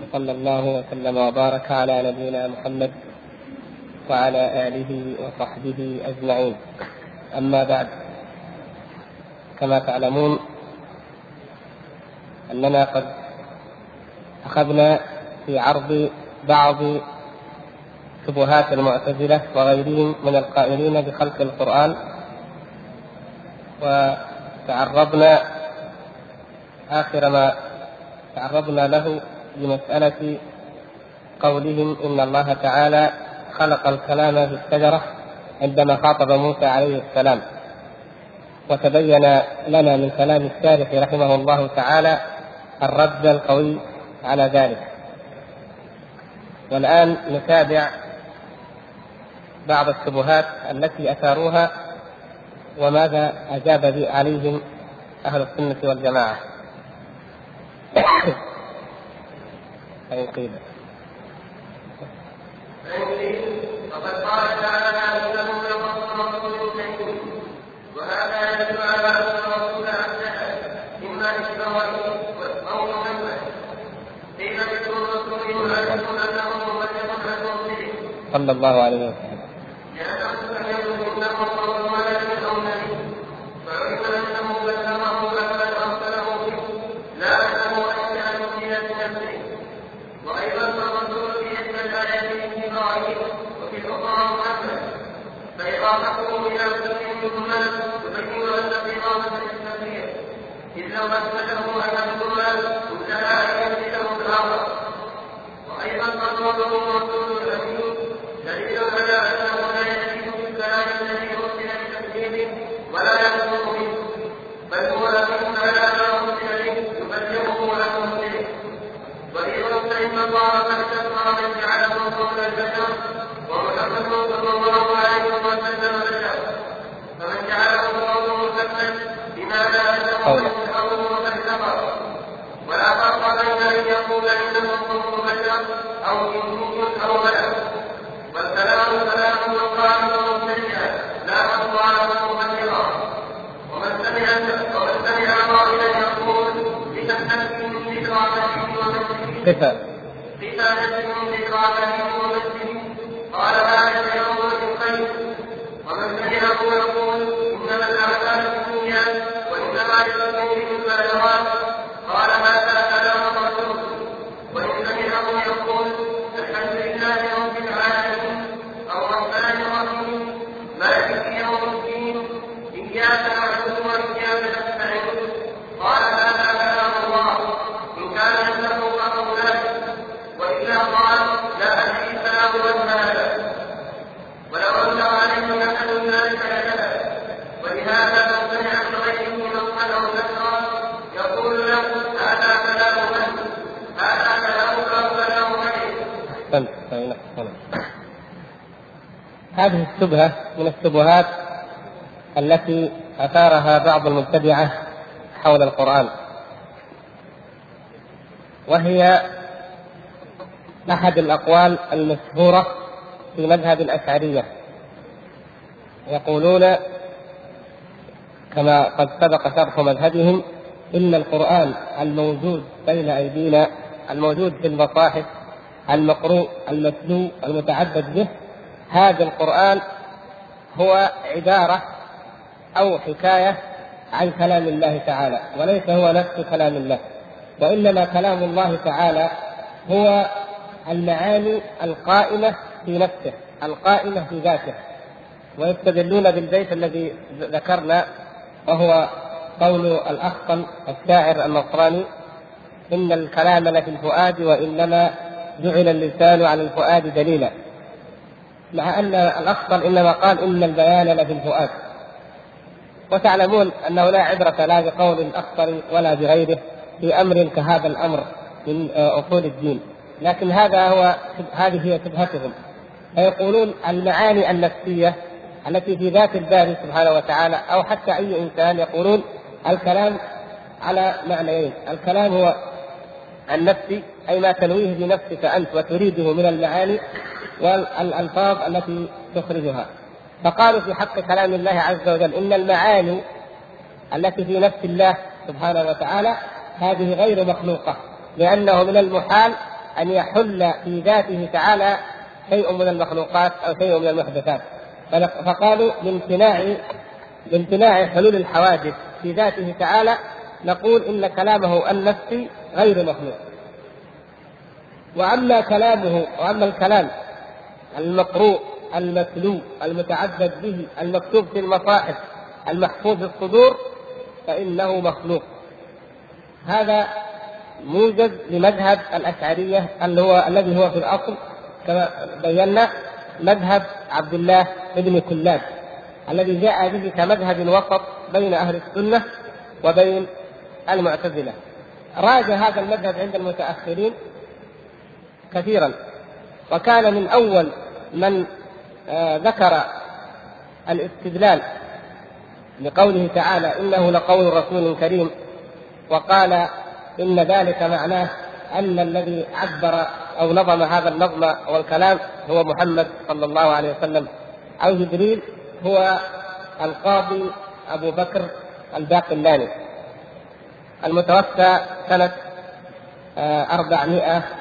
وصلى الله وسلم وبارك على نبينا محمد وعلى آله وصحبه أجمعين. أما بعد، كما تعلمون أننا قد أخذنا في عرض بعض شبهات المعتزلة وغيرهم من القائلين بخلق القرآن، وتعرضنا آخر ما تعرضنا له لمسألة قولهم إن الله تعالى خلق الكلام في الشجرة عندما خاطب موسى عليه السلام، وتبين لنا من كلام الشارح رحمه الله تعالى الرد القوي على ذلك. والآن نتابع بعض الشبهات التي أثاروها وماذا أجاب عليهم أهل السنة والجماعة. فإن قيل وقد قال تعالى إنه لرسول كريم، وهذا يدل على أن الرسول أحسن إما إسرائيل أو محمد. قيل ذكر الرسول يؤكد أنه مبلغ عن رسله صلى الله عليه وسلم، لأنه سمعه إنه قول ولد أو نبي، فعلم أنه بلغه فقد أرسله به، لا أنه أنشأ من نفسه. وأيضا الرسول في إحدى الآيات من إبراهيم وفي الأخرى محمد، فإضافته إلى كل منهما تبين أن الإضافة للتسمية، إذ لو أثبته أحدهما انتهى أن ينزله الآخر. وأيضا قوله رسول الأمين دليل على أنه لا يزيد في الكلام الذي أرسل بتكذيبه ولا يخلق منه، بل هو أمين على ما أرسل به يبلغه عن مرسله. وأيضا فإن الله قد كفر من جعله قول البشر، ومحمد صلى الله عليه وسلم بشر، فمن جعله قوله بشرا لماذا أنه يتحول وقد كفر؟ ولا فرق بين أن يقول إنه قول بشر أو جني أو ملك، والكلام كلام والقائل مبتدئا لا أقواله مبلغا. ومن سمع قائلا يقول لتحتفل من ذكراته ومسجده قال هذا يوم الخير. ومن سمعه يقول إنما الأعمال بالنيات وإنما للخير بالبلاغات قال هذا كلام الرسول. وإن سمعه يقول الحمد لله رب العالمين الرحمن الرحيم مالك يوم الدين إياك نعبد وإياك نستعين قال هذا كلام الله إن كان عنده فهو ذلك، وإذا قال لا أدري سلام هذا، ولو أنكر عليه أحد ذلك لكذا. ولهذا لو سمع من غيره نصا أو ذكرا يقول له هذا كلام من؟ هذا كلامك أو كلام من؟ هذه الشبهة من الشبهات التي أثارها بعض المبتدعة حول القرآن، وهي أحد الأقوال المشهورة في مذهب الأشعرية. يقولون كما قد سبق شرح مذهبهم إن القرآن الموجود بين أيدينا، الموجود في المصاحف، المقروء المتلو المتعبد به، هذا القرآن هو عبارة أو حكاية عن كلام الله تعالى، وليس هو نفس كلام الله، وإنما كلام الله تعالى هو المعاني القائمة في نفسه، القائمة في ذاته. ويستدلون بالبيت الذي ذكرنا، وهو قول الأخطل الشاعر النصراني إن الكلام لفي الفؤاد وإنما جعل اللسان على الفؤاد دليلا، مع أن الأخطل إنما قال إن البيان لفي الفؤاد. وتعلمون أنه لا عبرة لا بقول الأخطل ولا بغيره في أمر كهذا الأمر من أصول الدين، لكن هذه هي شبهتهم. فيقولون المعاني النفسية التي في ذات الباري سبحانه وتعالى، أو حتى أي إنسان، يقولون الكلام على معنيين: الكلام هو النفسي أي ما تنويه بنفسك أنت وتريده من المعاني والألفاظ التي تخرجها. فقالوا في حق كلام الله عز وجل إن المعاني التي في نفس الله سبحانه وتعالى هذه غير مخلوقة، لأنه من المحال أن يحل في ذاته تعالى شيء من المخلوقات أو شيء من المحدثات، فقالوا لامتناع حلول الحوادث في ذاته تعالى نقول إن كلامه النفسي غير مخلوق. وأما الكلام المقروء المتلو المتعبد به المكتوب في المصاحف المحفوظ في الصدور فإنه مخلوق. هذا موجز لمذهب الأشعرية الذي هو في الأصل كما بينا مذهب عبد الله بن كلاب الذي جاء به كمذهب وسط بين أهل السنة وبين المعتزلة. راج هذا المذهب عند المتأخرين كثيرا، وكان من أول من ذكر الاستدلال لقوله تعالى إنه لقول رسول كريم، وقال إن ذلك معناه أن الذي عبر أو نظم هذا النظم والكلام هو محمد صلى الله عليه وسلم أو جبريل، هو القاضي أبو بكر الباقلاني المتوفى سنة 400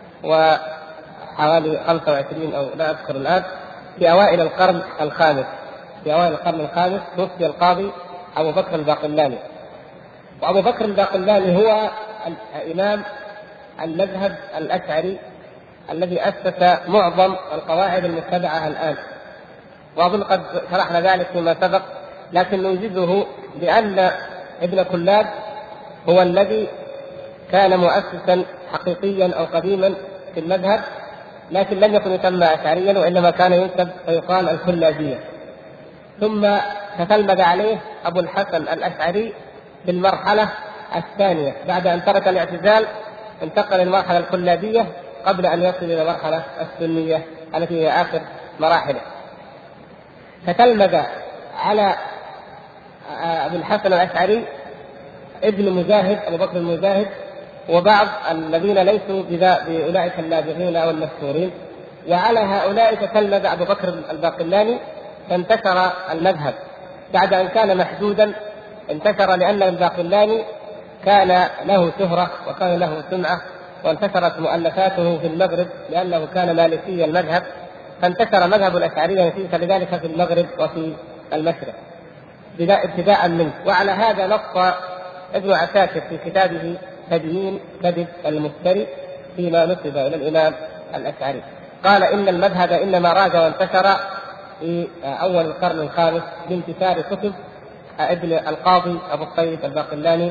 وحوالي 25 أو لا أذكر الآن، في أوائل القرن الخامس. توفي القاضي أبو بكر الباقلاني. وأبو بكر الباقلاني هو الإمام المذهب الأشعري الذي أسس معظم القواعد المتبعة الآن، وأظن قد شرحنا ذلك فيما سبق، لكن نوجزه بأن ابن كلاب هو الذي كان مؤسسا حقيقيا أو قديما في المذهب، لكن لم يكن يسمى أشعريا وإنما كان ينسب ويقال الكلابية. ثم تتلمذ عليه أبو الحسن الأشعري في المرحلة الثانية بعد أن ترك الاعتزال، انتقل للمرحلة الكلابية قبل أن يصل إلى المرحلة السنية التي هي آخر مراحله. فتلمذ على أبو الحسن الأشعري ابن مجاهد أبو بكر المجاهد وبعض الذين ليسوا بأولئك النابغين أو المشهورين، وعلى هؤلاء تتلمذ أبو بكر الباقلاني، فانتشر المذهب بعد أن كان محدودا. انتشر لأن الباقلاني كان له شهرة وكان له سمعة، وانتشرت مؤلفاته في المغرب لأنه كان مالكي المذهب، فانتشر مذهب الأشعرية نتيجة لذلك في المغرب وفي المشرق ابتداء منه. وعلى هذا نص ابن عساكر في كتابه تبيين كذب المفتري فيما نسب إلى الإمام الأشعري، قال إن المذهب إنما راج وانتشر في أول القرن الخامس بانتشار كتب ابن القاضي أبو الطيب الباقلاني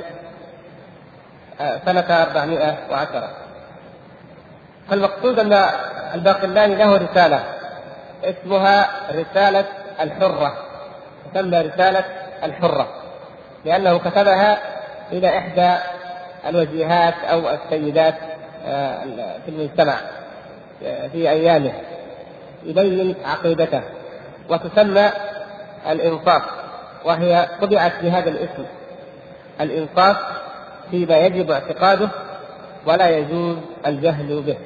سنة 410. فالمقصود أن الباقلاني له رسالة اسمها رسالة الحرة، تسمى رسالة الحرة لأنه كتبها إلى إحدى الوجيهات أو السيدات في المجتمع في أيامه يبين عقيدته، وتسمى الإنصاف، وهي طبعت بهذا الاسم الإنصاف فيما يجب اعتقاده ولا يجوز الجهل به.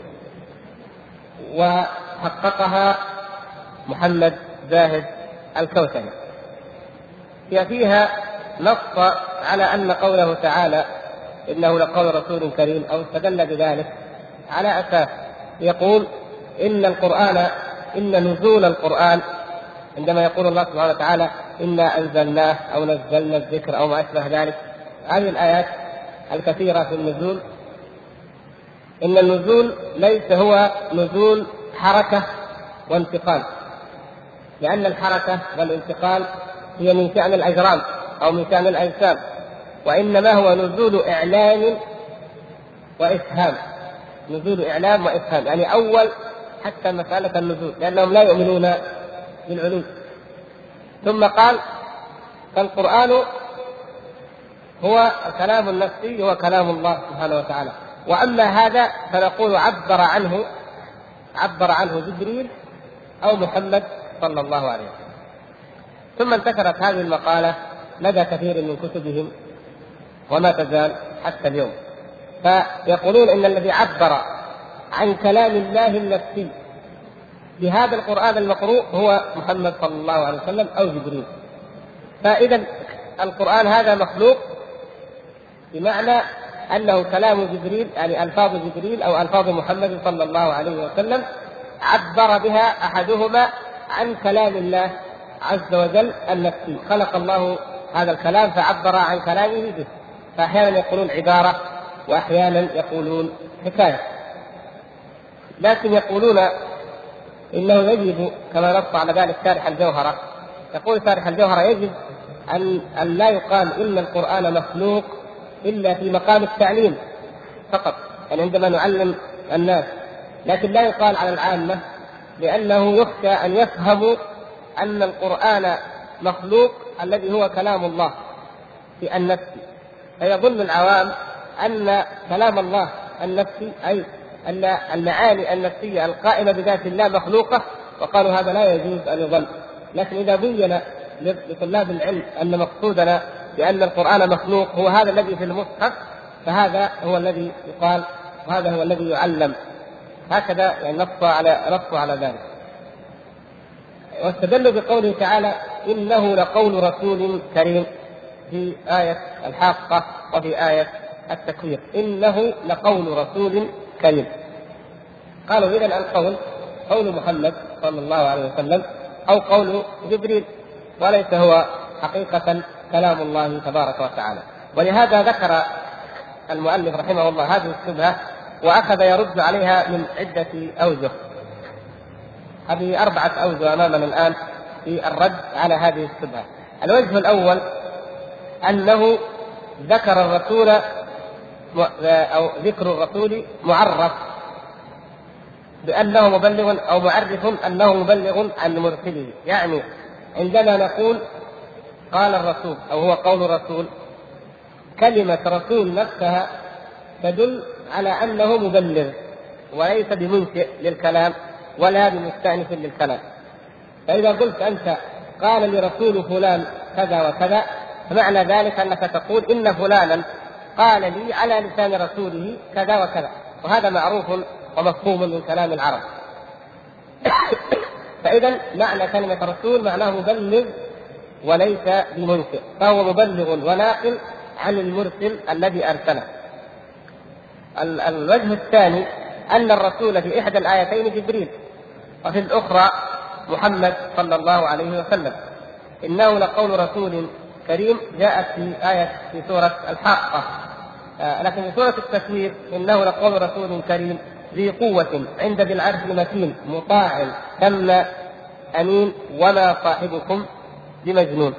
وحققها محمد زاهد الكوثري. فيها نص على أن قوله تعالى إنه لقول رسول كريم أو استدل بذلك على أساس يقول إن نزول القرآن، عندما يقول الله سبحانه وتعالى إنا أنزلناه أو نزلنا الذكر أو ما أشبه ذلك، هذه الآيات الكثيرة في النزول، إن النزول ليس هو نزول حركة وانتقال، لأن الحركة والانتقال هي من شأن الأجرام أو من شأن الأجسام، وإنما هو نزول إعلام وإفهام، نزول إعلام وإفهام، يعني أول حتى مسألة النزول، لأنهم لا يؤمنون بالعلو. ثم قال فالقرآن هو الكلام النفسي، هو كلام الله سبحانه وتعالى، وأما هذا فنقول عبر عنه جبريل أو محمد صلى الله عليه وسلم. ثم انتشرت هذه المقالة لدى كثير من كتبهم وما تزال حتى اليوم، فيقولون إن الذي عبر عن كلام الله النفسي بهذا القرآن المقروء هو محمد صلى الله عليه وسلم أو جبريل. فإذا القرآن هذا مخلوق بمعنى أنه كلام جبريل، يعني ألفاظ جبريل أو ألفاظ محمد صلى الله عليه وسلم عبر بها أحدهما عن كلام الله عز وجل النفسي، خلق الله هذا الكلام فعبر عن كلامه به، فأحيانا يقولون عبارة وأحيانا يقولون حكاية. لكن يقولون إنه يجب كما نص على ذلك شارح الجوهرة، يقول شارح الجوهرة يجب أن لا يقال إن القرآن مخلوق إلا في مقام التعليم فقط، يعني عندما نعلم الناس، لكن لا يقال على العامة، لأنه يخشى أن يفهموا أن القرآن مخلوق الذي هو كلام الله في النفس، فيظن العوام أن كلام الله النفسي أي أن المعاني النفسية القائمة بذات الله مخلوقة، وقالوا هذا لا يجوز أن يظن. لكن إذا بين لطلاب العلم أن مقصودنا بأن القرآن مخلوق هو هذا الذي في المصحف، فهذا هو الذي يقال وهذا هو الذي يعلم. هكذا يعني نص على ذلك. واستدلوا بقوله تعالى إنه لقول رسول كريم في آية الحاقة وفي آية التكوير، إنه لقول رسول كريم. قالوا إذن القول قول محمد صلى الله عليه وسلم أو قول جبريل، وليس هو حقيقة كلام الله تبارك وتعالى. ولهذا ذكر المؤلف رحمه الله هذه الشبهة وأخذ يرد عليها من عدة أوجه. هذه 4 أوجه أمامنا الآن في الرد على هذه الشبهة. الوجه الأول أنه ذكر الرسول أو ذكر الرسول معرف بأنه مبلغ أو معرف أنه مبلغ عن مرسله، يعني عندما نقول قال الرسول أو هو قول الرسول، كلمة رسول نفسها تدل على أنه مبلغ وليس بمنشئ للكلام ولا بمستأنف للكلام. فإذا قلت أنت قال لرسول فلان كذا وكذا، فمعنى ذلك أنك تقول إن فلانا قال لي على لسان رسوله كذا وكذا، وهذا معروف ومفهوم من كلام العرب. فإذا معنى كلمة رسول معناه مبلغ وليس بمنشئ، فهو مبلغ وناقل عن المرسل الذي أرسله. الوجه الثاني أن الرسول في إحدى الآيتين جبريل وفي الأخرى محمد صلى الله عليه وسلم. إنه لقول رسول كريم جاءت في آية في سورة الحاقة، لكن في سورة التكوير إنه لقول رسول كريم ذي قوة عند ذي العرش مكين مطاع ثم أمين وما صاحبكم بمجنون.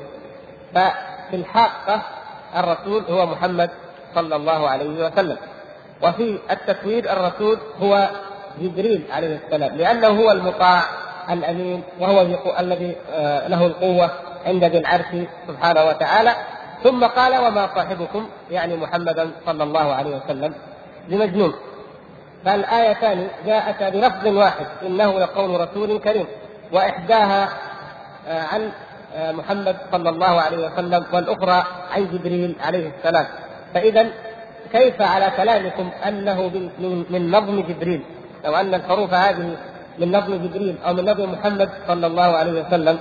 ففي الحاقة الرسول هو محمد صلى الله عليه وسلم، وفي التكوير الرسول هو جبريل عليه السلام، لأنه هو المطاع الأمين وهو الذي له القوة عند ذي العرش سبحانه وتعالى. ثم قال وما صاحبكم يعني محمدا صلى الله عليه وسلم بمجنون. فالآيتان جاءتا بلفظ واحد إنه لقول رسول كريم، وإحداها عن محمد صلى الله عليه وسلم والأخرى عن جبريل عليه السلام. فإذا كيف على كلامكم أنه من نظم جبريل، أو أن الحروف هذه من نظم جبريل أو من نظم محمد صلى الله عليه وسلم؟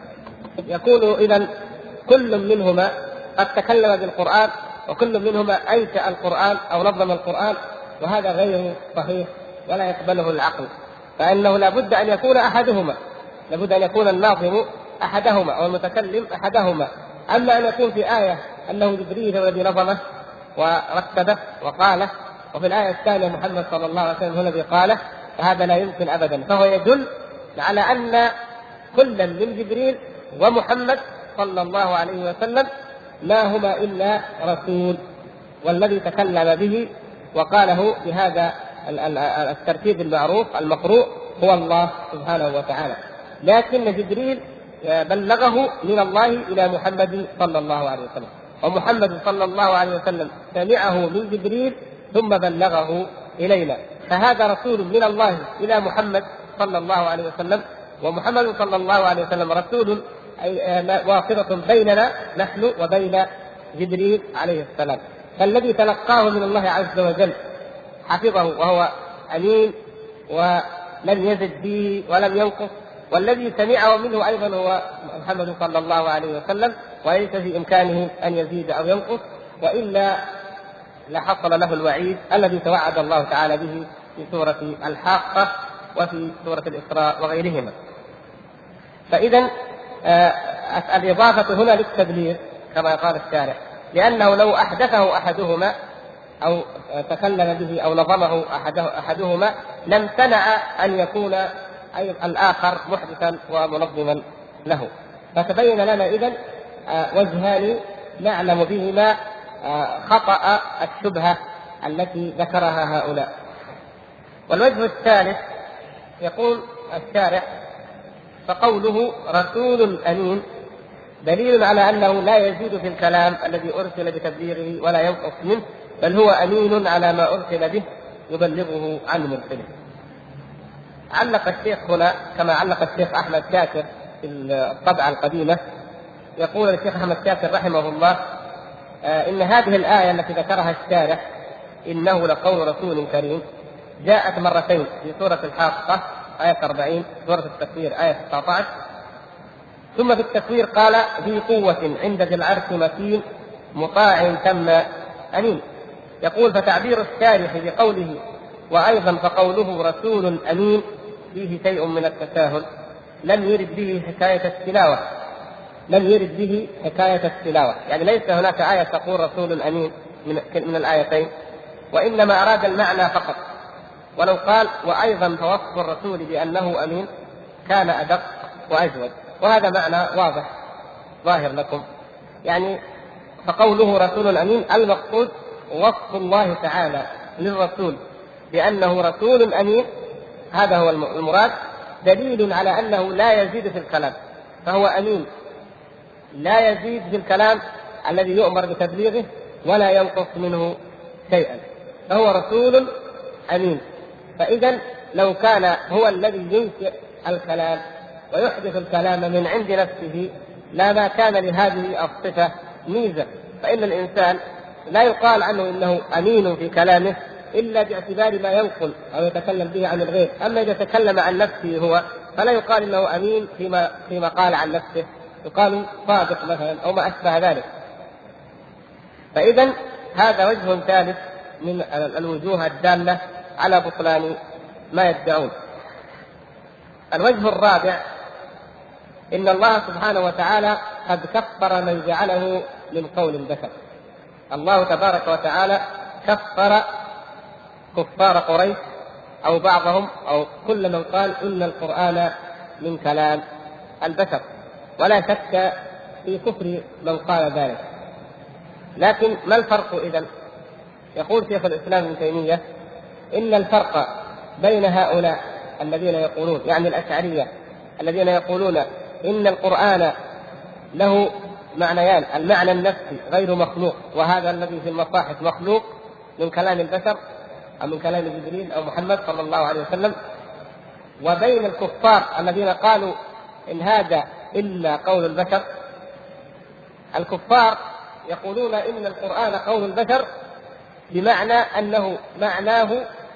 يقول إذن كل منهما قد تكلم بالقرآن وكل منهما أنشأ القرآن أو نظم القرآن، وهذا غير صحيح ولا يقبله العقل، فإنه لابد أن يكون أحدهما، لابد أن يكون الناظم أحدهما أو المتكلم أحدهما. أما أن يكون في آية أنه جبريل الذي نظمه ورتبه وقاله، وفي الآية الثانية محمد صلى الله عليه وسلم هو الذي قاله، فهذا لا يمكن أبدا. فهو يدل على أن كل من جبريل ومحمد صلى الله عليه وسلم ما هما إلا رسول، والذي تكلم به وقاله بهذا الترتيب المعروف المقروء هو الله سبحانه وتعالى. لكن جبريل بلغه من الله إلى محمد صلى الله عليه وسلم، ومحمد صلى الله عليه وسلم سمعه من جبريل ثم بلغه إلينا، فهذا رسول من الله إلى محمد صلى الله عليه وسلم، ومحمد صلى الله عليه وسلم رسول أي واسطة بيننا نحن وبين جبريل عليه السلام. فالذي تلقاه من الله عز وجل حفظه وهو أمين ولم يزد به ولم ينقص، والذي سمعه منه أيضا هو محمد صلى الله عليه وسلم، وليس في إمكانه أن يزيد أو ينقص، وإلا لحصل له الوعيد الذي توعد الله تعالى به في سورة الحاقة وفي سورة الإسراء وغيرهما. فإذا الإضافة هنا للتبليغ كما قال الشارع، لأنه لو أحدثه أحدهما أو تكلم به أو نظمه أحدهما لامتنع أن يكون الآخر محدثا ومنظما له. فتبين لنا إذن وجهان نعلم بهما خطأ الشبهة التي ذكرها هؤلاء. والوجه الثالث يقول الشارع: فقوله رسول أمين دليل على أنه لا يزيد في الكلام الذي أرسل بتبليغه ولا ينقص منه، بل هو أمين على ما أرسل به يبلغه عن مرسله. علق الشيخ هنا كما علق الشيخ أحمد شاكر في الطبعة القديمة، يقول الشيخ أحمد شاكر رحمه الله: إن هذه الآية التي ذكرها الشارح إنه لقول رسول كريم جاءت مرتين في سورة الحاقة آية 40، سورة التكوير آية 19، ثم في التكوير قال: ذي قوة عند ذي العرش مكين مطاع ثم أمين. يقول: فتعبير الشارح بقوله وأيضا فقوله رسول أمين فيه شيء من التساهل، لم يرد به حكاية التلاوة، يعني ليس هناك آية تقول رسول أمين من الآيتين، وإنما أراد المعنى فقط. ولو قال وأيضا فوصف الرسول بأنه أمين كان أدق وأجود، وهذا معنى واضح ظاهر لكم. يعني فقوله رسول أمين المقصود وصف الله تعالى للرسول بأنه رسول أمين، هذا هو المراد، دليل على أنه لا يزيد في الكلام، فهو أمين لا يزيد في الكلام الذي يؤمر بتبليغه ولا ينقص منه شيئا، فهو رسول أمين. فإذا لو كان هو الذي ينشئ الكلام ويحدث الكلام من عند نفسه لما كان لهذه الصفة ميزة، فإن الإنسان لا يقال عنه إنه أمين في كلامه إلا باعتبار ما ينقل أو يتكلم به عن الغير. أما إذا تكلم عن نفسه هو فلا يقال إنه أمين فيما قال عن نفسه، يقال صادق مثلا أو ما أشبه ذلك. فإذا هذا وجه ثالث من الوجوه الدالة على بطلان ما يدعون. الوجه الرابع: إن الله سبحانه وتعالى قد كفر من جعله من قول البشر. الله تبارك وتعالى كفر كفار قريش أو بعضهم أو كل من قال إن القرآن من كلام البشر، ولا شك في كفر من قال ذلك. لكن ما الفرق إذن؟ يقول شيخ الإسلام ابن تيمية: إن الفرق بين هؤلاء الذين يقولون يعني الأشعرية الذين يقولون إن القرآن له معنيان، المعنى النفسي غير مخلوق وهذا الذي في المصاحف مخلوق من كلام البشر أو من كلام جبريل أو محمد صلى الله عليه وسلم، وبين الكفار الذين قالوا إن هذا إلا قول البشر. الكفار يقولون إن القرآن قول البشر بمعنى أنه معناه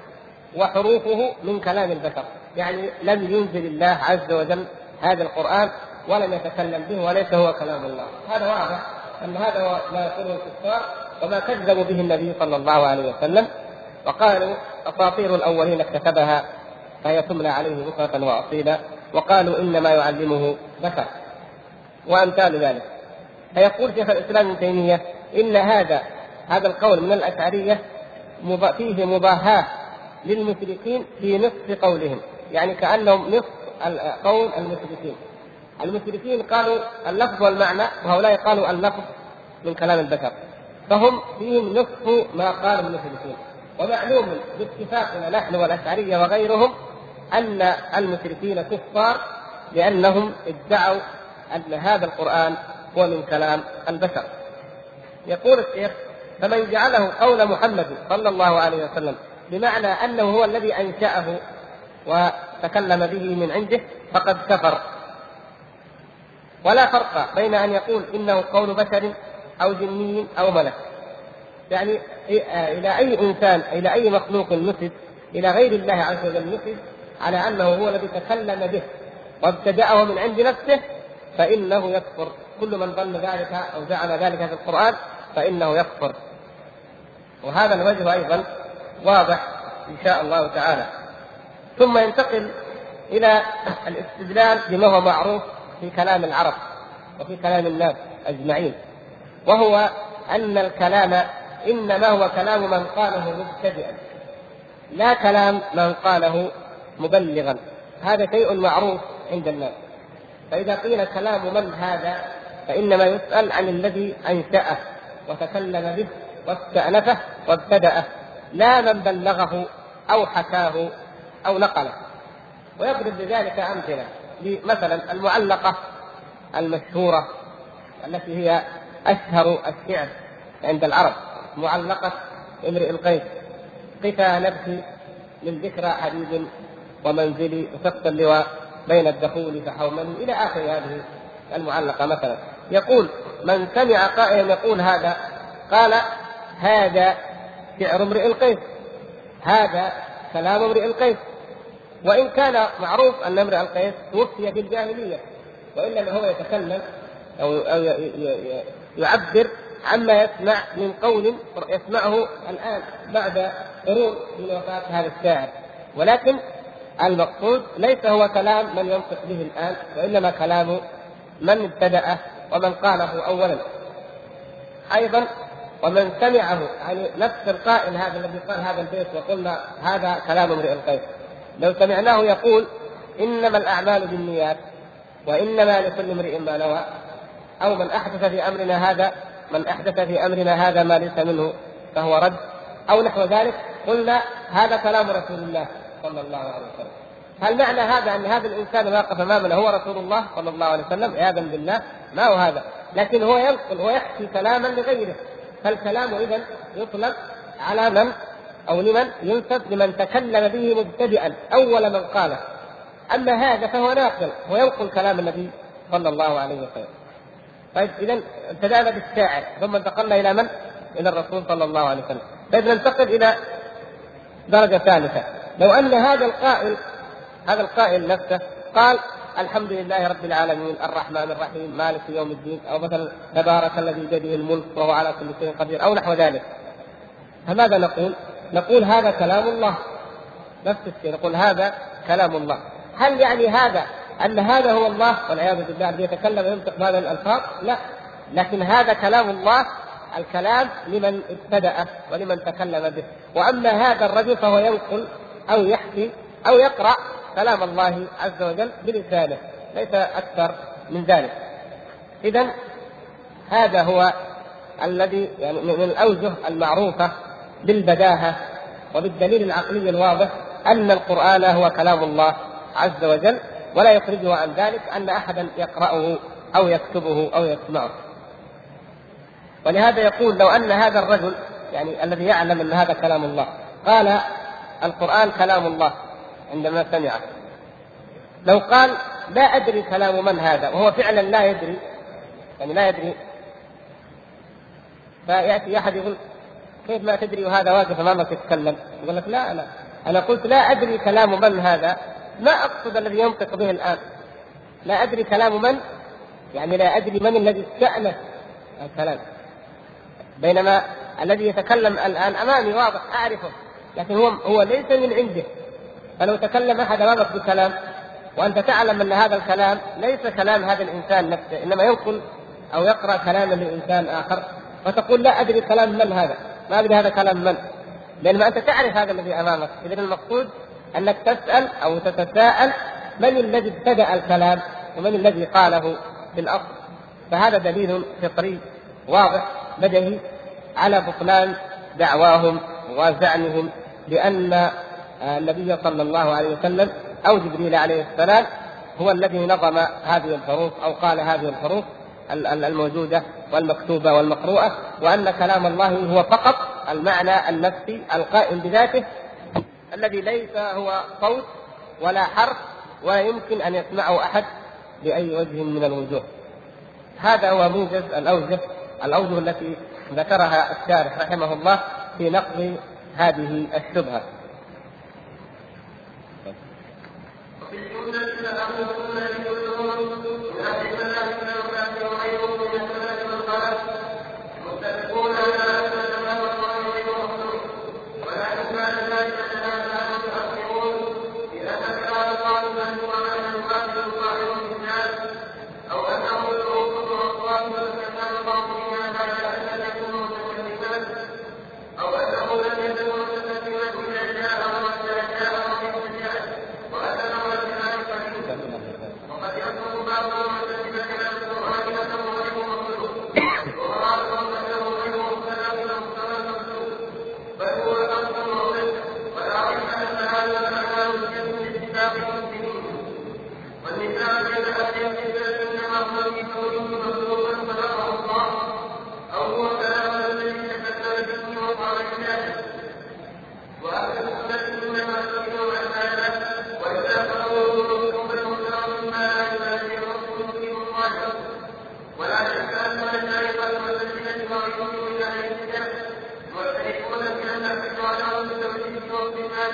وحروفه من كلام البشر، يعني لم ينزل الله عز وجل هذا القرآن ولم يتكلم به وليس هو كلام الله. هذا واضح أن هذا هو ما يقوله الكفار وما كذبوا به النبي صلى الله عليه وسلم، وقالوا أساطير الأولين اكتسبها فهي تملى عليه بكرة وأصيلا، وقالوا إنما يعلمه بشر وأمثال ذلك. فيقول شيخ الإسلام ابن تيمية إن هذا القول من الأشعرية فيه مباهاة للمشركين في نصف قولهم، يعني كأنهم نصف قول المشركين. المشركين قالوا اللفظ والمعنى وهؤلاء قالوا اللفظ من كلام البشر، فهم فيهم نصف ما قال المشركين. ومعلوم باتفاقنا نحن والأشعرية وغيرهم أن المشركين كفار لأنهم ادعوا أن هذا القرآن هو من كلام البشر. يقول الشيخ: فمن جعله قول محمد صلى الله عليه وسلم بمعنى أنه هو الذي أنشأه وتكلم به من عنده فقد كفر. ولا فرق بين أن يقول إنه قول بشر أو جني أو ملك، يعني إلى أي إنسان إلى أي مخلوق نسب إلى غير الله عز وجل نسب على أنه هو الذي تكلم به وابتدأه من عند نفسه فإنه يكفر. كل من ظن ذلك أو زعم ذلك في القرآن فإنه يكفر. وهذا الوجه أيضا واضح إن شاء الله تعالى. ثم ينتقل إلى الاستدلال بما هو معروف في كلام العرب وفي كلام الناس أجمعين، وهو أن الكلام إنما هو كلام من قاله مبتدئا لا كلام من قاله مبلغا. هذا شيء معروف عند الناس. فإذا قيل كلام من هذا فإنما يسأل عن الذي أنشأه وتكلم به واستأنفه وابتدأه، لا من بلغه أو حكاه أو نقله. ويضرب بذلك أمثلة، مثلا المعلقة المشهورة التي هي أشهر الشعر عند العرب، معلقة امرئ القيس: قفا نبكي من ذكرى حبيب ومنزلي وسقط اللواء بين الدخول فحومني، إلى آخر هذه المعلقة. مثلا يقول من سمع قائلا يقول هذا، قال هذا شعر امرئ القيس، هذا كلام امرئ القيس، وإن كان معروف أن امرئ القيس توفي في الجاهلية، وإنما هو يتكلم أو يعبر عما يسمع من قول يسمعه الآن بعد قرون من وفاة هذا الشاعر. ولكن المقصود ليس هو كلام من ينطق به الآن، وإنما كلام من ابتدأه ومن قاله أولا. أيضا ومن سمعه، يعني نفس القائل هذا الذي قال هذا البيت وقلنا هذا كلام امرئ القيس، لو سمعناه يقول إنما الأعمال بالنيات وإنما لكل امرئ ما نوى، أو من أحدث في أمرنا هذا ما ليس منه فهو رد، أو نحو ذلك، قلنا هذا كلام رسول الله صلى الله عليه وسلم. هل معنى هذا أن هذا الإنسان واقف أمامنا هو رسول الله صلى الله عليه وسلم؟ عياذا بالله، ما هو هذا، لكن هو ينقل ويحكي كلاما لغيره. فالكلام إذن يطلق على من أو لمن ينسب لمن تكلم به مبتدئا أول من قاله. أما هذا فهو ناقل وينقل كلام النبي صلى الله عليه وسلم. طيب إذن ابتدأنا بالشاعر ثم انتقلنا إلى من؟ إلى الرسول صلى الله عليه وسلم. طيب ننتقل إلى درجة ثالثة. لو أن هذا القائل نفسه قال الحمد لله رب العالمين الرحمن الرحيم مالك يوم الدين، أو مثلا تبارك الذي بيده الملك وهو على كل شيء قدير، أو نحو ذلك، فماذا نقول؟ نقول هذا كلام الله، نفس الشيء، نقول هذا كلام الله. هل يعني هذا أن هذا هو الله والعياذ بالله الذي يتكلم وينطق بهذه الألفاظ؟ لا، لكن هذا كلام الله، الكلام لمن ابتدأ ولمن تكلم به. وأما هذا الرجل فهو ينقل أو يحكي أو يقرأ كلام الله عز وجل بلسانه، ليس أكثر من ذلك. إذن هذا هو الذي يعني من الأوجه المعروفة بالبداهة وبالدليل العقلي الواضح أن القرآن هو كلام الله عز وجل، ولا يخرجه عن ذلك أن أحدا يقرأه أو يكتبه أو يسمعه. ولهذا يقول لو أن هذا الرجل يعني الذي يعلم أن هذا كلام الله قال القرآن كلام الله عندما سمعه، لو قال لا أدري كلام من هذا، وهو فعلا لا يدري، يعني لا يدري، فيأتي أحد يقول كيف ما تدري وهذا واقف أمامك يتكلم؟ يقول لك لا أنا قلت لا أدري كلام من هذا، ما أقصد الذي ينطق به الآن، لا أدري كلام من، يعني لا أدري من الذي استأنف الكلام، بينما الذي يتكلم الآن أمامي واضح أعرفه، لكن هو ليس من عنده. فلو تكلم أحد أمامك بكلام وأنت تعلم أن هذا الكلام ليس كلام هذا الإنسان نفسه، إنما ينقل أو يقرأ كلاما لإنسان آخر، فتقول لا أدري كلام من هذا، ما أدري هذا كلام من، لأنما أنت تعرف هذا الذي أمامك. إذن المقصود أنك تسأل أو تتساءل من الذي ابتدأ الكلام ومن الذي قاله في الأصل. فهذا دليل فطري واضح بديهي على بطلان دعواهم وزعمهم بأن النبي صلى الله عليه وسلم أو جبريل عليه السلام هو الذي نظم هذه الحروف أو قال هذه الحروف الموجودة والمكتوبة والمقروءة، وأن كلام الله هو فقط المعنى النفسي القائم بذاته الذي ليس هو صوت ولا حرف ولا يمكن أن يسمعه أحد بأي وجه من الوجوه. هذا هو موجز الأوجه التي ذكرها الشارح رحمه الله في نقض هذه الشبهة.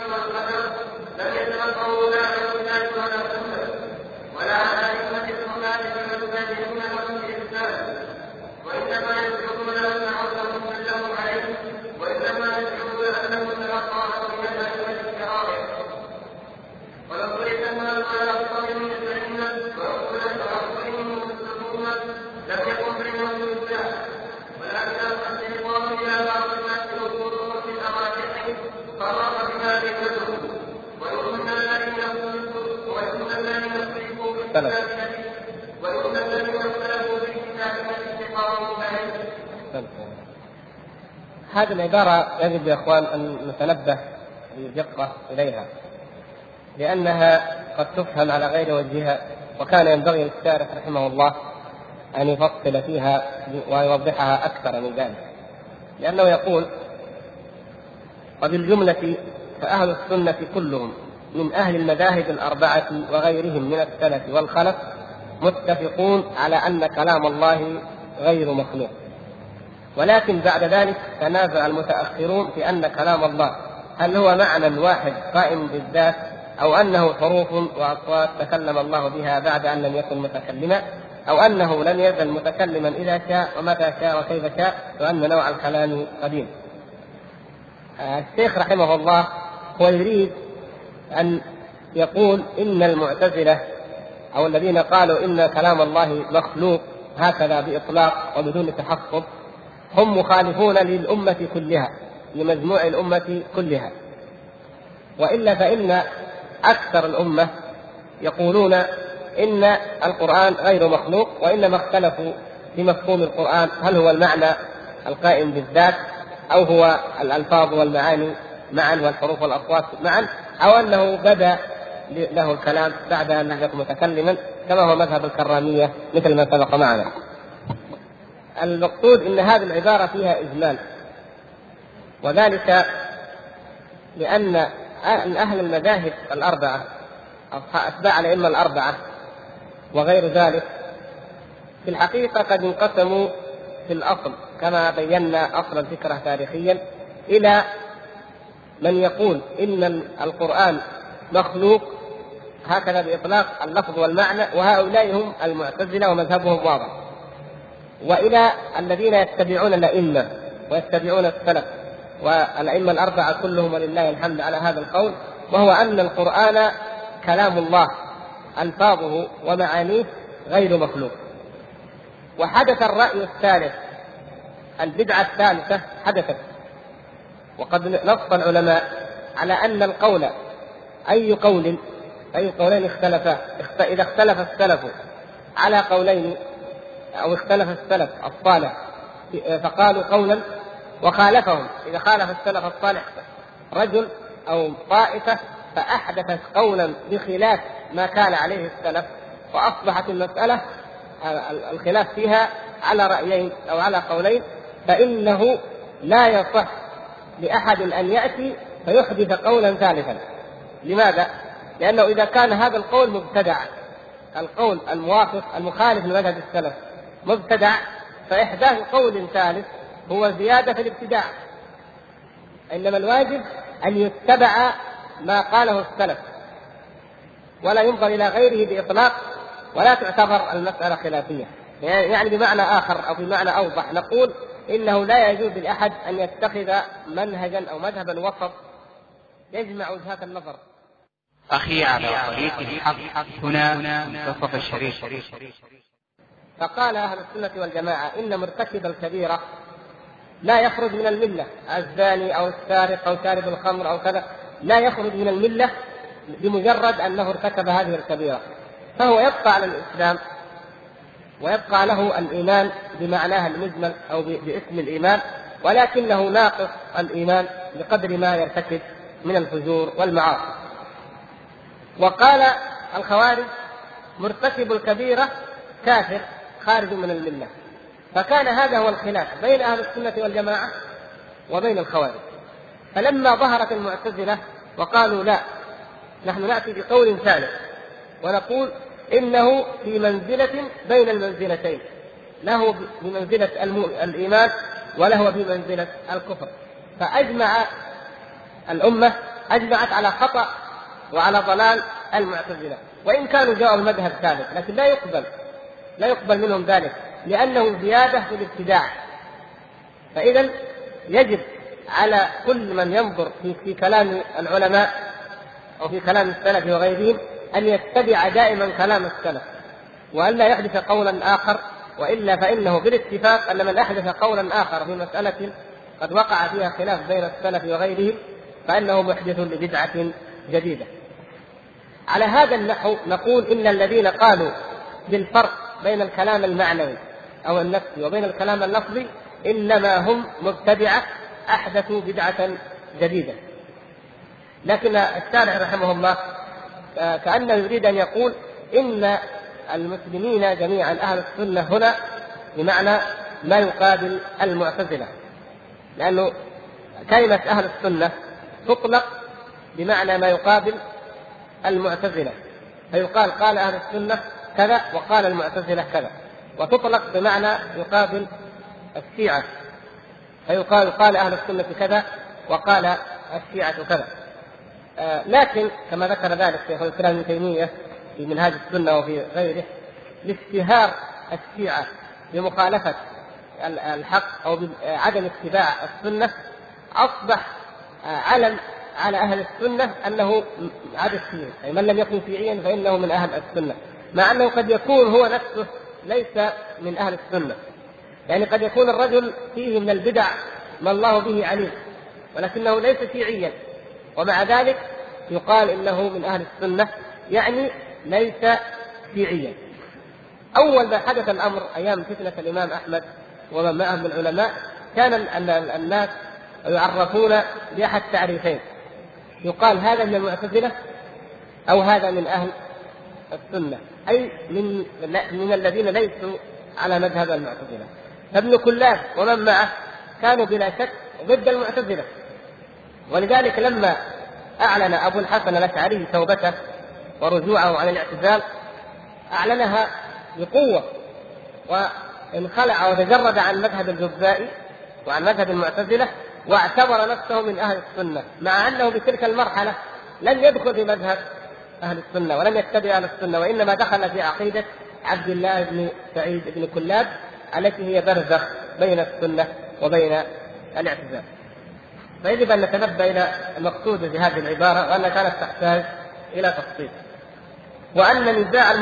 والقدر لم يتبعوا لا على الكتاب ولا السنة ولا على أئمة الصلاة والمتابعين لهم بإحسان، وإنما يزعمون أن عرضهم لهم عليه، وإنما يزعمون أنه تلقاه من الأئمة الكرام. ولو تركنا على أفضل فإن وأولى تعصبهم المسلمون لم يكن بينهم نزاع، ولكن الشيطان إلى بعض الناس الأمور في الأراجح فرق بما بينهم، ويؤمن الذين اختلفوا هذه العبارة يجب يا إخوان أن نتنبه بدقة إليها، لأنها قد تفهم على غير وجهها، وكان ينبغي للشارح رحمه الله أن يفصل فيها ويوضحها أكثر من ذلك، لأنه يقول: وبالجملة فأهل السنة كلهم من أهل المذاهب الأربعة وغيرهم من السلف والخلف متفقون على أن كلام الله غير مخلوق، ولكن بعد ذلك تنازع المتأخرون في أن كلام الله هل هو معنى واحد قائم بالذات، أو أنه حروف وأصوات تكلم الله بها بعد أن لم يكن متكلما، أو أنه لم يزل متكلما إذا شاء ومتى شاء وكيف شاء، وأن نوع الكلام قديم. الشيخ رحمه الله هو يريد أن يقول إن المعتزلة أو الذين قالوا إن كلام الله مخلوق هكذا بإطلاق وبدون تحفظ هم مخالفون للأمة كلها، لمجموع الأمة كلها، وإلا فإن أكثر الأمة يقولون إن القرآن غير مخلوق، وإنما اختلفوا في مفهوم القرآن، هل هو المعنى القائم بالذات، أو هو الألفاظ والمعاني معا والحروف والأصوات معا، أو أنه بدأ له الكلام بعد أن لم يكن متكلما كما هو مذهب الكرامية مثل ما سبق معنا. المقصود إن هذه العبارة فيها إجمال، وذلك لأن أهل المذاهب الأربعة أتباع الأئمة الأربعة وغير ذلك في الحقيقة قد انقسموا في الأصل كما بينا أصل الفكرة تاريخيا إلى من يقول إن القرآن مخلوق هكذا بإطلاق اللفظ والمعنى، وهؤلاء هم المعتزلة ومذهبهم واضح، وإلى الذين يتبعون الأئمة ويتبعون السلف والأئمة الأربعة كلهم ولله الحمد على هذا القول، وهو أن القرآن كلام الله ألفاظه ومعانيه غير مخلوق. وحدث الرأي الثالث، البدعة الثالثة حدثت، وقد نص العلماء على أن القول أي قولين اختلفا، إذا اختلف السلف على قولين أو اختلف السلف الصالح فقالوا قولا وخالفهم، إذا خالف السلف الصالح رجل أو طائفة فأحدثت قولا بخلاف ما كان عليه السلف، وأصبحت المسألة الخلاف فيها على رأيين أو على قولين، فإنه لا يصح لأحد أن يأتي فيحدث قولا ثالثا. لماذا؟ لأنه إذا كان هذا القول مبتدع، القول الموافق المخالف لمذهب السلف مبتدع، فإحداث قول ثالث هو زيادة في الابتداع، إنما الواجب أن يتبع ما قاله السلف ولا ينظر إلى غيره بإطلاق، ولا تعتبر المسألة خلافية. يعني بمعنى آخر أو بمعنى أوضح نقول إنه لا يجوز لأحد أن يتخذ منهجا أو مذهبا وسط يجمع وجهات النظر. أخي على طريق الحق هنا منتصف الشريف. فقال أهل السنة والجماعة إن مرتكب الكبيرة لا يخرج من الملة، الزاني أو السارق أو شارب الخمر أو كذا لا يخرج من الملة بمجرد أنه ارتكب هذه الكبيرة، فهو يبقى على الإسلام ويبقى له الإيمان بمعناها المجمل أو باسم الإيمان، ولكنه ناقص الإيمان بقدر ما يرتكب من الفجور والمعاصي. وقال الخوارج مرتكب الكبيرة كافر خارج من الملة. فكان هذا هو الخلاف بين أهل السنة والجماعة وبين الخوارج. فلما ظهرت المعتزلة وقالوا لا، نحن نأتي بقول ثالث ونقول إنه في منزلة بين المنزلتين، له بمنزلة الإيمان وله بمنزلة الكفر. فأجمع الأمة أجمعت على خطأ وعلى ضلال المعتزلة، وإن كانوا جاءوا المذهب ثالث، لكن لا يقبل منهم ذلك لأنه زيادة في الابتداع. فإذا يجب على كل من ينظر في كلام العلماء أو في كلام السلف وغيرهم أن يتبع دائما كلام السلف، وأن لا يحدث قولا آخر، وإلا فإنه بالاتفاق أن من أحدث قولا آخر في مسألة قد وقع فيها خلاف بين السلف وغيرهم فإنه محدث لبدعة جديدة. على هذا النحو نقول إن الذين قالوا بالفرق بين الكلام المعنوي أو النفسي وبين الكلام اللفظي إنما هم مبتدعة أحدثوا بدعة جديدة. لكن الشارح رحمه الله كأنه يريد أن يقول إن المسلمين جميعا أهل السنة هنا بمعنى ما يقابل المعتزلة، لأنه كلمة أهل السنة تطلق بمعنى ما يقابل المعتزلة، فيقال قال أهل السنة كذا وقال المعتزلة كذا، وتطلق بمعنى يقابل الشيعة، فيقال قال أهل السنة كذا وقال الشيعة كذا. لكن كما ذكر ذلك شيخ الإسلام ابن تيمية في منهاج السنة وفي غيره، لاشتهار الشيعة بمخالفة الحق أو بعدم اتباع السنة أصبح علم على أهل السنة أنه عدد شيعي، أي من لم يكن شيعيا فإنه من أهل السنة، مع أنه قد يكون هو نفسه ليس من أهل السنة. يعني قد يكون الرجل فيه من البدع ما الله به عليم ولكنه ليس شيعيا، ومع ذلك يقال إنه من أهل السنة، يعني ليس شيعيا. أول ما حدث الأمر أيام فتنة الإمام أحمد ومن معه من العلماء كان الناس يعرفون بأحد تعريفين، يقال هذا من المعتزلة أو هذا من أهل السنة، أي من الذين ليسوا على مذهب المعتزلة. فابن كلاب ومن معه كانوا بلا شك ضد المعتزلة، ولذلك لما أعلن أبو الحسن الأشعري توبته ورجوعه عن الاعتزال أعلنها بقوة، وانخلع وتجرد عن مذهب الجزائي وعن مذهب المعتزلة واعتبر نفسه من أهل السنة، مع أنه بتلك المرحلة لم يدخل في مذهب أهل السنة ولم يتبع أهل السنة، وإنما دخل في عقيدة عبد الله بن سعيد بن كلاب التي هي برزخ بين السنة وبين الاعتزال. فيجب أن نتنبه إلى المقصود في هذه العبارة وأنها كانت تحتاج إلى تفصيل، وأن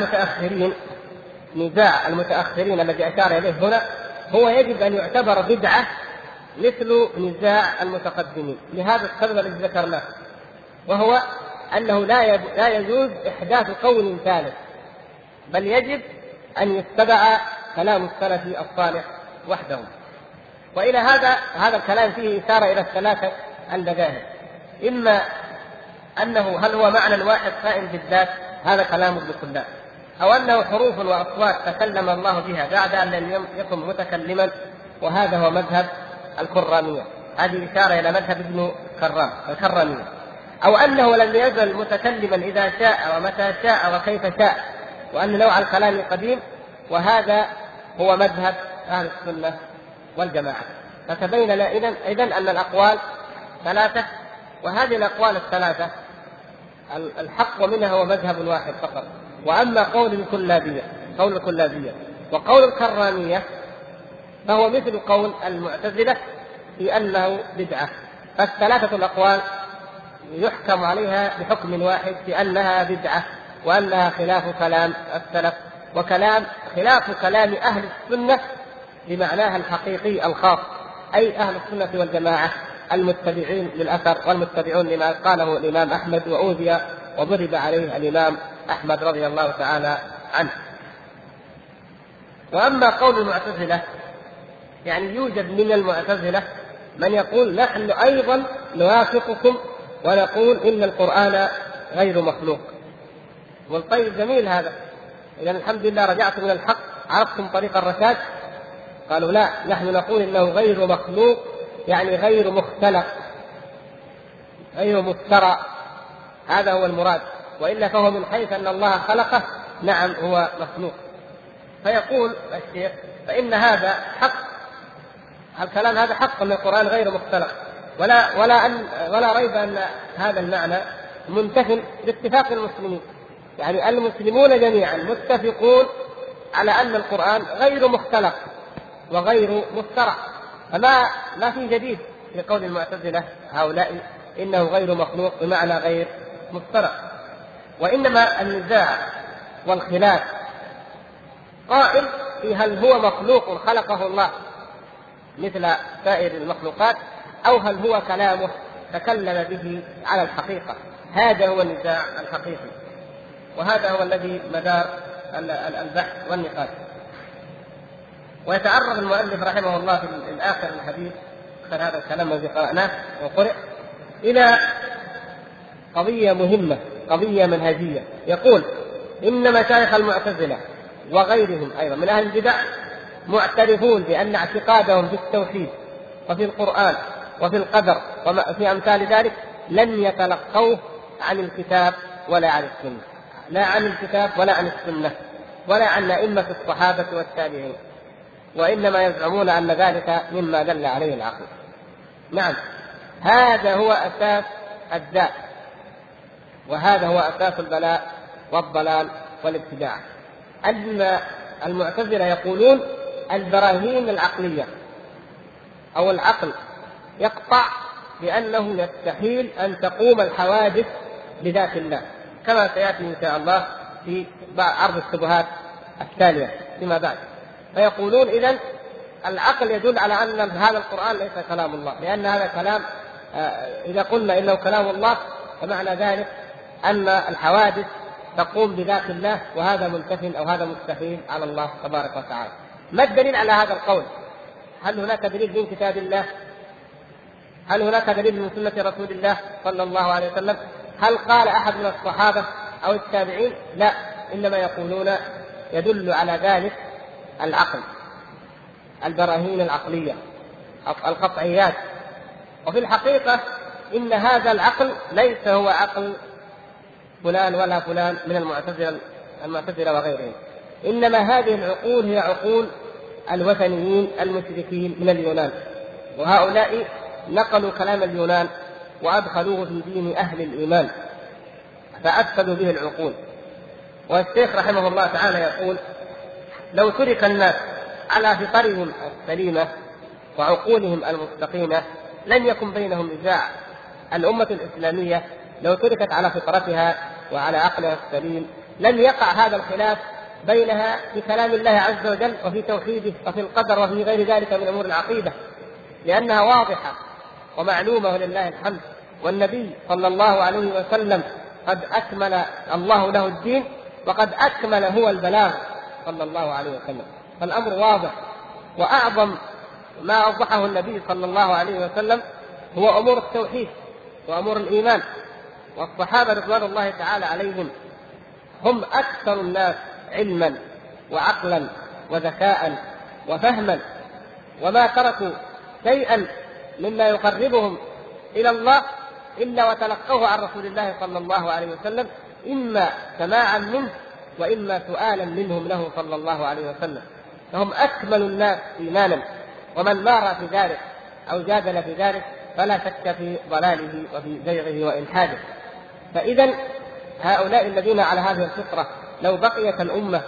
نزاع المتأخرين الذي أشار إليه هنا هو يجب أن يعتبر بدعة مثل نزاع المتقدمين لهذا السبب الذي ذكرناه، وهو أنه لا يجوز إحداث قول ثالث، بل يجب أن يتبع كلام السلف الصالح وحده. وإلى هذا الكلام فيه إشارة إلى الثلاثة المذاهب، إما أنه هل هو معنى واحد قائم بالذات، هذا كلام ابن كلاب، أو أنه حروف وأصوات تكلم الله بها بعد أن لم يكن متكلما، وهذا هو مذهب الكرامية، هذه إشارة إلى مذهب ابن كرام الكرامية، أو أنه لم يزل متكلما إذا شاء ومتى شاء وكيف شاء، وأن نوع الكلام قديم، وهذا هو مذهب أهل السنة والجماعة. فتبين إذن أن الأقوال ثلاثة، وهذه الأقوال الثلاثة الحق منها هو مذهب واحد فقط. وأما قول الكلابية وقول الكرامية فهو مثل قول المعتزلة في أنه بدعة. فالثلاثة الأقوال يحكم عليها بحكم واحد في أنها بدعة، وأنها خلاف كلام السلف خلاف كلام أهل السنة بمعناها الحقيقي الخاص، أي أهل السنة والجماعة المتبعين للأثر والمتبعون لما قاله الإمام أحمد وأوذي وضرب عليه الإمام أحمد رضي الله تعالى عنه. وأما قول المعتزلة يعني يوجد من المعتزلة من يقول نحن أيضا نوافقكم ونقول إن القرآن غير مخلوق. والطيب جميل هذا، إذا الحمد لله رجعتم من الحق، عرفتم طريق الرشاد. قالوا لا، نحن نقول إنه غير مخلوق، يعني غير مختلق غير مفترى، هذا هو المراد، وإلا فهو من حيث أن الله خلقه نعم هو مخلوق. فيقول الشيخ فإن هذا حق، الكلام هذا حق أن القرآن غير مختلق، ولا ريب أن هذا المعنى منتفٍ باتفاق المسلمين. يعني المسلمون جميعا متفقون على أن القرآن غير مختلق وغير مخترع، فما في جديد في قول المعتزلة هؤلاء إنه غير مخلوق بمعنى غير مخترع. وإنما النزاع والخلاف قائم في هل هو مخلوق خلقه الله مثل سائر المخلوقات، أو هل هو كلامه تكلم به على الحقيقة. هذا هو النزاع الحقيقي، وهذا هو الذي مدار البحث والنقاش. ويتعرض المؤلف رحمه الله في الآخر الحديث آخر هذا الكلام الذي قرأناه وقرأ إلى قضية مهمة، قضية منهجية. يقول إن مشايخ المعتزلة وغيرهم أيضا من أهل البدع معترفون بأن اعتقادهم في التوحيد وفي القرآن وفي القدر وفي أمثال ذلك لم يتلقوه عن الكتاب ولا عن السنة، لا عن الكتاب ولا عن السنة ولا عن أئمة الصحابة والتابعين، وإنما يزعمون أن ذلك مما دل عليه العقل. نعم، هذا هو أساس الداء، وهذا هو أساس البلاء والضلال والابتداع. أن المعتزلة يقولون البراهين العقلية أو العقل يقطع بأنه يستحيل أن تقوم الحوادث بذات الله، كما سيأتي إن شاء الله في عرض الشبهات التالية فيما بعد. فيقولون إذن العقل يدل على أن هذا القرآن ليس كلام الله، لأن هذا كلام إذا قلنا إنه كلام الله فمعنى ذلك أن الحوادث تقوم بذات الله، وهذا منتف أو هذا مستحيل على الله تبارك وتعالى. ما الدليل على هذا القول؟ هل هناك دليل من كتاب الله؟ هل هناك دليل من سنة رسول الله صلى الله عليه وسلم؟ هل قال أحد من الصحابة أو التابعين؟ لا، إنما يقولون يدل على ذلك العقل، البراهين العقلية، القطعيات. وفي الحقيقة إن هذا العقل ليس هو عقل فلان ولا فلان من المعتزلة وغيرهم، إنما هذه العقول هي عقول الوثنيين المشركين من اليونان، وهؤلاء نقلوا كلام اليونان وأدخلوه في دين أهل الإيمان فأفسدوا به العقول. والشيخ رحمه الله تعالى يقول لو ترك الناس على فطرهم السليمة وعقولهم المستقيمة لن يكن بينهم نزاع. الأمة الإسلامية لو تركت على فطرتها وعلى عقلها السليم لن يقع هذا الخلاف بينها في كلام الله عز وجل وفي توحيده وفي القدر وفي غير ذلك من أمور العقيدة، لأنها واضحة ومعلومة ولله الحمد. والنبي صلى الله عليه وسلم قد أكمل الله له الدين، وقد أكمل هو البلاغ صلى الله عليه وسلم، فالأمر واضح. وأعظم ما أوضحه النبي صلى الله عليه وسلم هو أمور التوحيد وأمور الإيمان. والصحابة رضوان الله تعالى عليهم هم أكثر الناس علما وعقلا وذكاء وفهما، وما تركوا شيئا مما يقربهم إلى الله إلا وتلقوه عن رسول الله صلى الله عليه وسلم، إما سماعا منه وإما سؤالا منهم له صلى الله عليه وسلم. فهم أكمل الناس إيمانا، ومن مار في ذلك أو جادل في ذلك فلا شك في ضلاله وفي زيغه وإلحاده. فإذا هؤلاء الذين على هذه الفطرة لو بقيت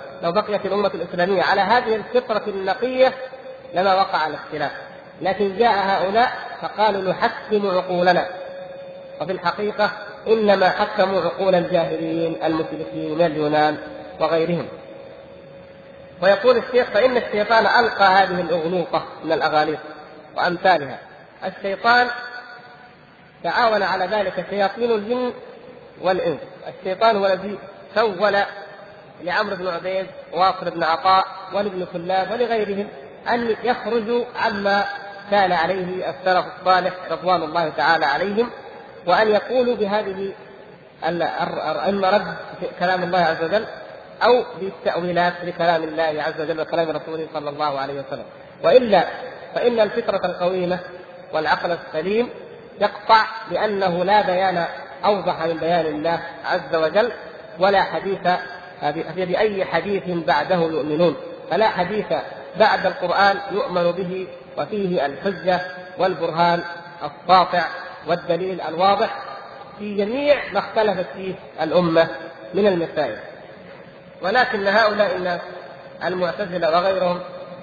الأمة الإسلامية على هذه الفطرة النقية لما وقع الاختلاف، لكن جاء هؤلاء فقالوا نحكم عقولنا، وفي الحقيقة إنما حكموا عقول الجاهلين المشركين من اليونان وغيرهم. ويقول الشيخ فإن الشيطان ألقى هذه الأغلوطة من الأغاليط وأمثالها. الشيطان تعاون على ذلك شياطين الجن والإنس. الشيطان هو الذي سول لعمرو بن عبيد وواصل بن عطاء ولابن كلاب ولغيرهم أن يخرجوا عما كان عليه السلف الصالح رضوان الله تعالى عليهم، وأن يقولوا بهذه إما رد كلام الله عز وجل أو بالتأويلات لكلام الله عز وجل وكلام رسوله صلى الله عليه وسلم. وإلا فإن الفطرة القويمة والعقل السليم يقطع بأنه لا بيان أوضح من بيان الله عز وجل، ولا حديث بأي حديث بعده يؤمنون، فلا حديث بعد القرآن يؤمن به وفيه الحجة والبرهان الساطع والدليل الواضح في جميع ما اختلفت فيه الأمة من المسائل. ولكن هؤلاء الناس المعتزلة وغيرهم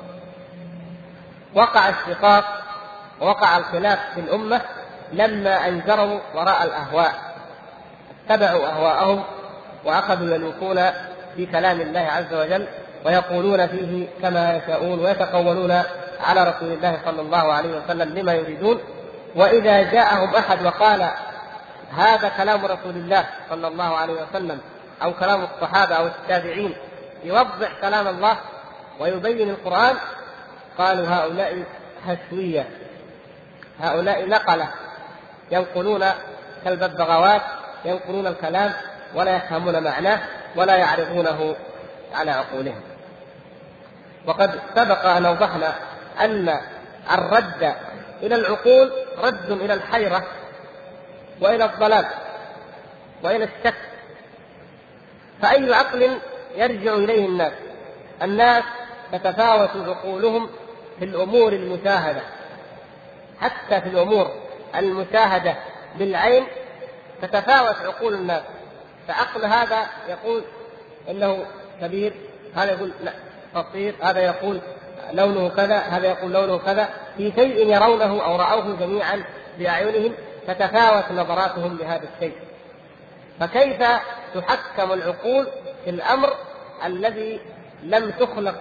وقع الشقاق ووقع الخلاف في الأمة لما أنجروا وراء الأهواء، اتبعوا أهواءهم وأخذوا يلوكون في كلام الله عز وجل ويقولون فيه كما يشاءون ويتقولون على رسول الله صلى الله عليه وسلم لما يريدون. وإذا جاءهم أحد وقال هذا كلام رسول الله صلى الله عليه وسلم أو كلام الصحابة أو التابعين يوضح كلام الله ويبين القرآن، قالوا هؤلاء هشوية، هؤلاء نقلة ينقلون كالببغاوات، ينقلون الكلام ولا يفهمون معناه ولا يعرضونه على عقولهم. وقد سبق أن أوضحنا أن الرد إلى العقول رد إلى الحيرة وإلى الضلال وإلى الشك. فأي عقل يرجع إليه الناس تتفاوت عقولهم في الأمور المشاهدة، حتى في الأمور المشاهدة بالعين تتفاوت عقول الناس. فعقل هذا يقول إنه كبير، هذا يقول لا قصير، هذا يقول لونه كذا، هذا يقول لونه كذا، في شيء يرونه أو رأوه جميعا بأعينهم تتفاوت نظراتهم لهذا الشيء. فكيف تحكم العقول في الأمر الذي لم تخلق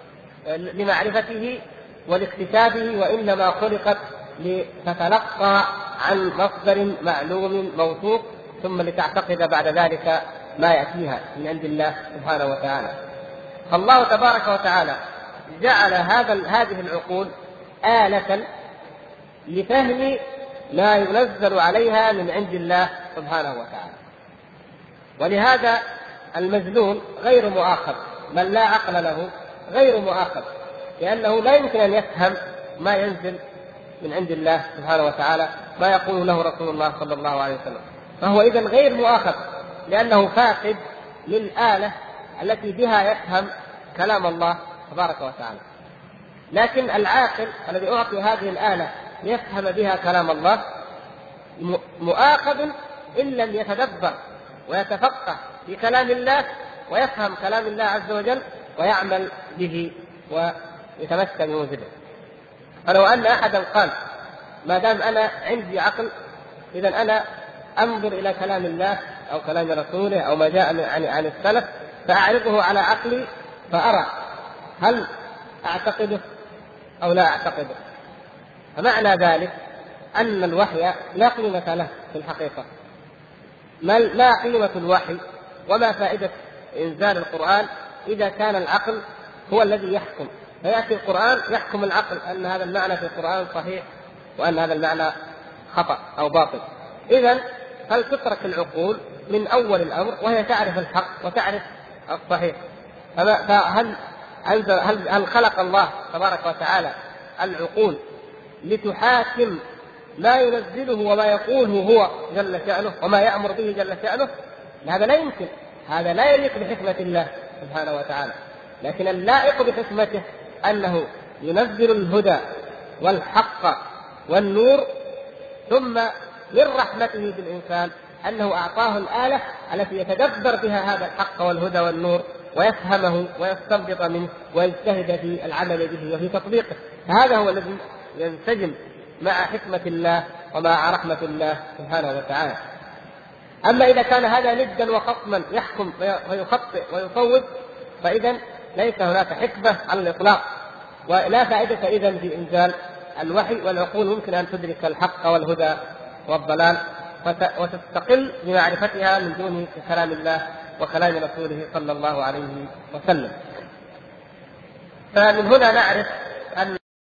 لمعرفته ولاكتسابه، وإنما خلقت لتتلقى عن مصدر معلوم موثوق ثم لتعتقد بعد ذلك ما يأتيها من عند الله سبحانه وتعالى. فالله تبارك وتعالى جعل هذه العقول آلة لفهم ما ينزل عليها من عند الله سبحانه وتعالى. ولهذا المجنون غير مؤاخذ، من لا عقل له غير مؤاخذ، لأنه لا يمكن أن يفهم ما ينزل من عند الله سبحانه وتعالى، ما يقول له رسول الله صلى الله عليه وسلم. فهو إذن غير مؤاخذ لأنه فاقد للآلة التي بها يفهم كلام الله تبارك وتعالى. لكن العاقل الذي أعطي هذه الآلة يفهم بها كلام الله مؤاخذ إن لم يتدبر ويتفقه في كلام الله ويفهم كلام الله عز وجل ويعمل به ويتمسك بموجبه. فلو أن أحدا قال ما دام أنا عندي عقل إذن أنا أنظر إلى كلام الله أو كلام رسوله أو ما جاء عن السلف فأعرضه على عقلي فأرى هل أعتقده أو لا أعتقده. فمعنى ذلك أن الوحي لا قيمة له في الحقيقة. ما قيمة الوحي وما فائدة إنزال القرآن إذا كان العقل هو الذي يحكم؟ فيأتي القرآن يحكم العقل أن هذا المعنى في القرآن صحيح وأن هذا المعنى خطأ أو باطل. إذن فلتترك العقول من أول الأمر وهي تعرف الحق وتعرف الصحيح. هل خلق الله تبارك وتعالى العقول لتحاكم ما ينزله وما يقوله هو جل شأنه وما يأمر به جل شأنه؟ هذا لا يمكن، هذا لا يليق بحكمة الله سبحانه وتعالى. لكن اللائق بحكمته أنه ينزل الهدى والحق والنور، ثم من رحمته بالإنسان أنه أعطاه الآلة التي يتدبر بها هذا الحق والهدى والنور ويفهمه ويستنبط منه ويجتهد في العمل به وفي تطبيقه. فهذا هو الذي ينسجم مع حكمة الله ومع رحمة الله سبحانه وتعالى. أما إذا كان هذا ندا وخصما يحكم ويخطئ ويصوب فإذا ليس هناك حكمة على الإطلاق ولا فائدة إذن في إنزال الوحي. والعقول ممكن أن تدرك الحق والهدى والضلال وتستقل بمعرفتها من دون كلام الله وكلام رسوله صلى الله عليه وسلم. فمن هنا نعرف